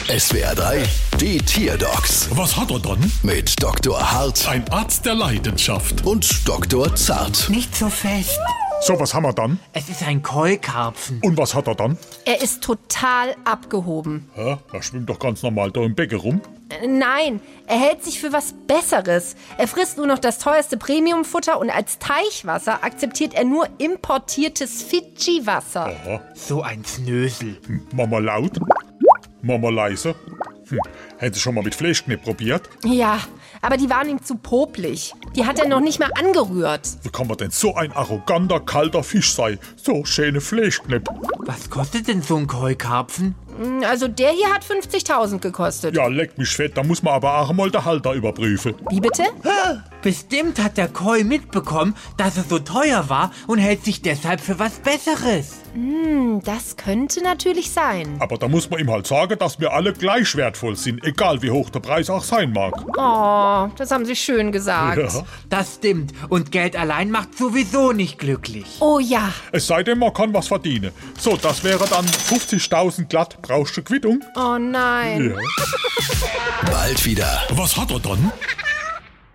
SWR 3, die Tierdocs Was hat er dann? mit Dr. Hart Ein Arzt der Leidenschaft. und Dr. Zart. Nicht so fest. So, was haben wir dann? Es ist ein Keukarpfen. Und was hat er dann? Er ist total abgehoben. Hä? Er schwimmt doch ganz normal da im Becken rum. Nein, er hält sich für was Besseres. Er frisst nur noch das teuerste Premiumfutter und als Teichwasser akzeptiert er nur importiertes Fidschi-Wasser. So ein Snösel. Mama laut, Mama leise. Hätte schon mal mit Fleischknepp probiert? Ja, aber die waren ihm zu popelig. Die hat er noch nicht mal angerührt. Wie kann man denn so ein arroganter, kalter Fisch sein? So schöne Fleischknepp. Was kostet denn so ein Keukarpfen? Also der hier hat 50.000 gekostet. Ja, leck mich fett, da muss man aber auch mal den Halter überprüfen. Wie bitte? Bestimmt hat der Koi mitbekommen, dass er so teuer war und hält sich deshalb für was Besseres. Das könnte natürlich sein. Aber da muss man ihm halt sagen, dass wir alle gleich wertvoll sind, egal wie hoch der Preis auch sein mag. Oh, das haben Sie schön gesagt. Ja. Das stimmt. Und Geld allein macht sowieso nicht glücklich. Oh ja. Es sei denn, man kann was verdienen. So, das wäre dann 50.000 glatt. Brauchst du Quittung? Oh nein. Bald wieder. Was hat er dann?